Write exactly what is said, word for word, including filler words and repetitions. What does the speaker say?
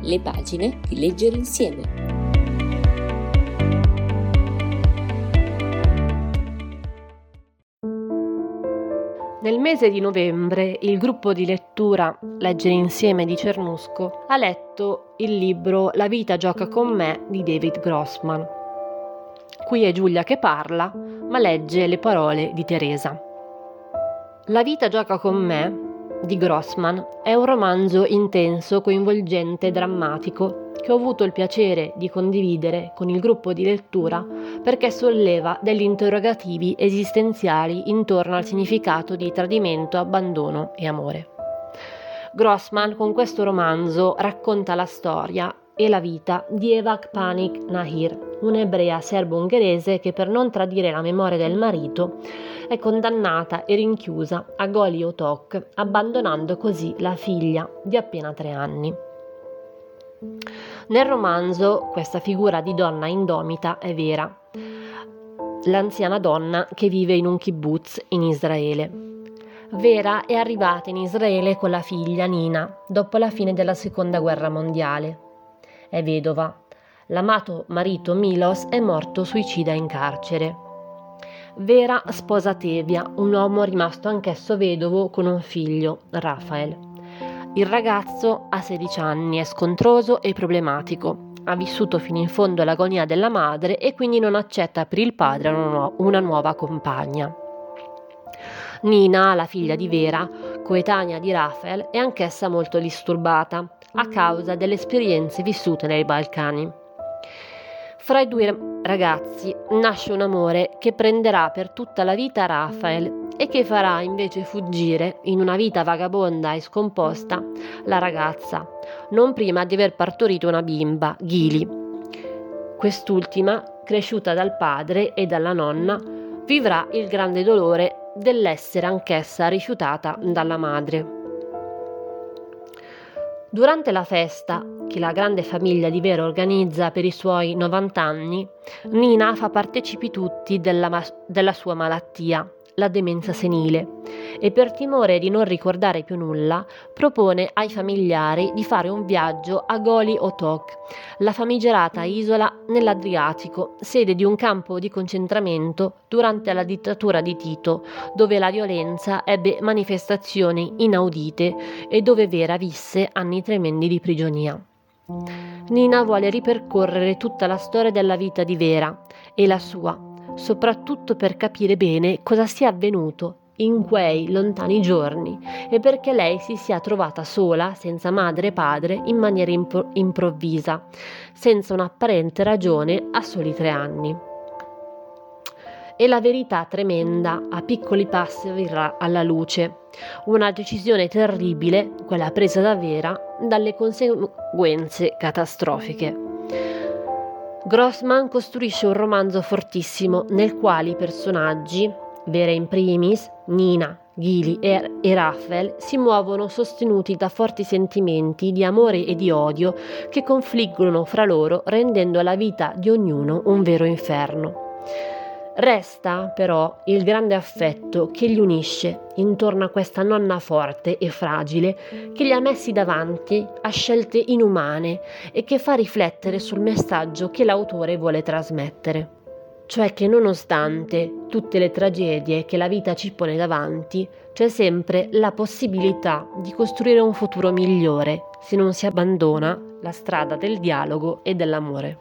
le pagine di Leggere Insieme. Nel mese di novembre il gruppo di lettura Leggere Insieme di Cernusco ha letto il libro La vita gioca con me di David Grossman. Qui è Giulia che parla, ma legge le parole di Teresa. La vita gioca con me di Grossman è un romanzo intenso, coinvolgente, drammatico che ho avuto il piacere di condividere con il gruppo di lettura perché solleva degli interrogativi esistenziali intorno al significato di tradimento, abbandono e amore. Grossman con questo romanzo racconta la storia e la vita di Evak Panik Nahir, un'ebrea serbo-ungherese che per non tradire la memoria del marito è condannata e rinchiusa a Goli Otok, abbandonando così la figlia di appena tre anni. Nel romanzo questa figura di donna indomita è vera, l'anziana donna che vive in un kibbutz in Israele. Vera è arrivata in Israele con la figlia Nina dopo la fine della seconda guerra mondiale. È vedova. L'amato marito Milos è morto suicida in carcere. Vera sposa Tevia, un uomo rimasto anch'esso vedovo con un figlio, Rafael. Il ragazzo ha sedici anni, è scontroso e problematico. Ha vissuto fino in fondo l'agonia della madre e quindi non accetta per il padre una, una nuova compagna. Nina, la figlia di Vera, coetanea di Rafael, è anch'essa molto disturbata a causa delle esperienze vissute nei Balcani. Fra i due ragazzi nasce un amore che prenderà per tutta la vita Rafael e che farà invece fuggire in una vita vagabonda e scomposta la ragazza, non prima di aver partorito una bimba, Gili. Quest'ultima, cresciuta dal padre e dalla nonna, vivrà il grande dolore dell'essere anch'essa rifiutata dalla madre. Durante la festa che la grande famiglia di Vera organizza per i suoi novanta anni, Nina fa partecipi tutti della, ma- della sua malattia, la demenza senile, e per timore di non ricordare più nulla, propone ai familiari di fare un viaggio a Goli Otok, la famigerata isola nell'Adriatico, sede di un campo di concentramento durante la dittatura di Tito, dove la violenza ebbe manifestazioni inaudite e dove Vera visse anni tremendi di prigionia. Nina vuole ripercorrere tutta la storia della vita di Vera e la sua, soprattutto per capire bene cosa sia avvenuto in quei lontani giorni e perché lei si sia trovata sola, senza madre e padre, in maniera impro- improvvisa, senza un'apparente ragione a soli tre anni. E la verità tremenda a piccoli passi verrà alla luce, una decisione terribile, quella presa da Vera, dalle conseguenze catastrofiche. Grossman costruisce un romanzo fortissimo nel quale i personaggi, Vera in primis, Nina, Gili e, e Rafael, si muovono sostenuti da forti sentimenti di amore e di odio che confliggono fra loro, rendendo la vita di ognuno un vero inferno. Resta però il grande affetto che li unisce intorno a questa nonna forte e fragile che li ha messi davanti a scelte inumane e che fa riflettere sul messaggio che l'autore vuole trasmettere. Cioè che nonostante tutte le tragedie che la vita ci pone davanti, c'è sempre la possibilità di costruire un futuro migliore se non si abbandona la strada del dialogo e dell'amore.